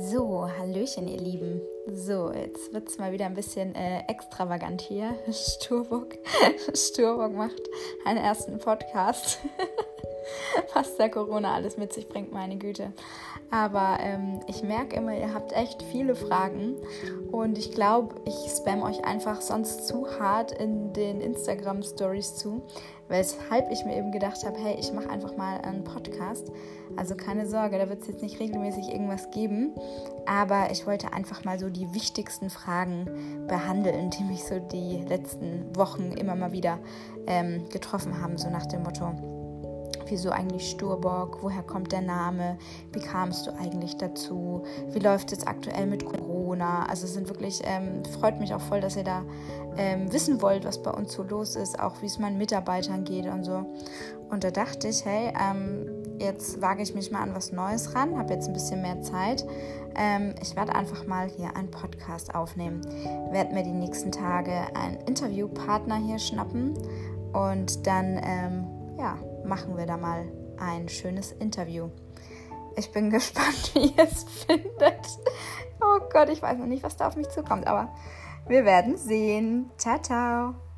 So, hallöchen ihr Lieben. So, jetzt wird es mal wieder ein bisschen extravagant hier. Sturburg macht einen ersten Podcast. Was der Corona alles mit sich bringt, meine Güte. Aber ich merke immer, ihr habt echt viele Fragen und ich glaube, ich spam euch einfach sonst zu hart in den Instagram-Stories zu, weshalb ich mir eben gedacht habe, hey, ich mache einfach mal einen Podcast. Also keine Sorge, da wird es jetzt nicht regelmäßig irgendwas geben, aber ich wollte einfach mal so die wichtigsten Fragen behandeln, die mich so die letzten Wochen immer mal wieder getroffen haben, so nach dem Motto: Wieso eigentlich Sturburg? Woher kommt der Name? Wie kamst du eigentlich dazu? Wie läuft es aktuell mit Corona? Also es sind wirklich, freut mich auch voll, dass ihr da wissen wollt, was bei uns so los ist, auch wie es meinen Mitarbeitern geht und so. Und da dachte ich, hey, jetzt wage ich mich mal an was Neues ran, habe jetzt ein bisschen mehr Zeit. Ich werde einfach mal hier einen Podcast aufnehmen, werde mir die nächsten Tage einen Interviewpartner hier schnappen und dann, machen wir da mal ein schönes Interview. Ich bin gespannt, wie ihr es findet. Oh Gott, ich weiß noch nicht, was da auf mich zukommt, aber wir werden sehen. Ciao, ciao.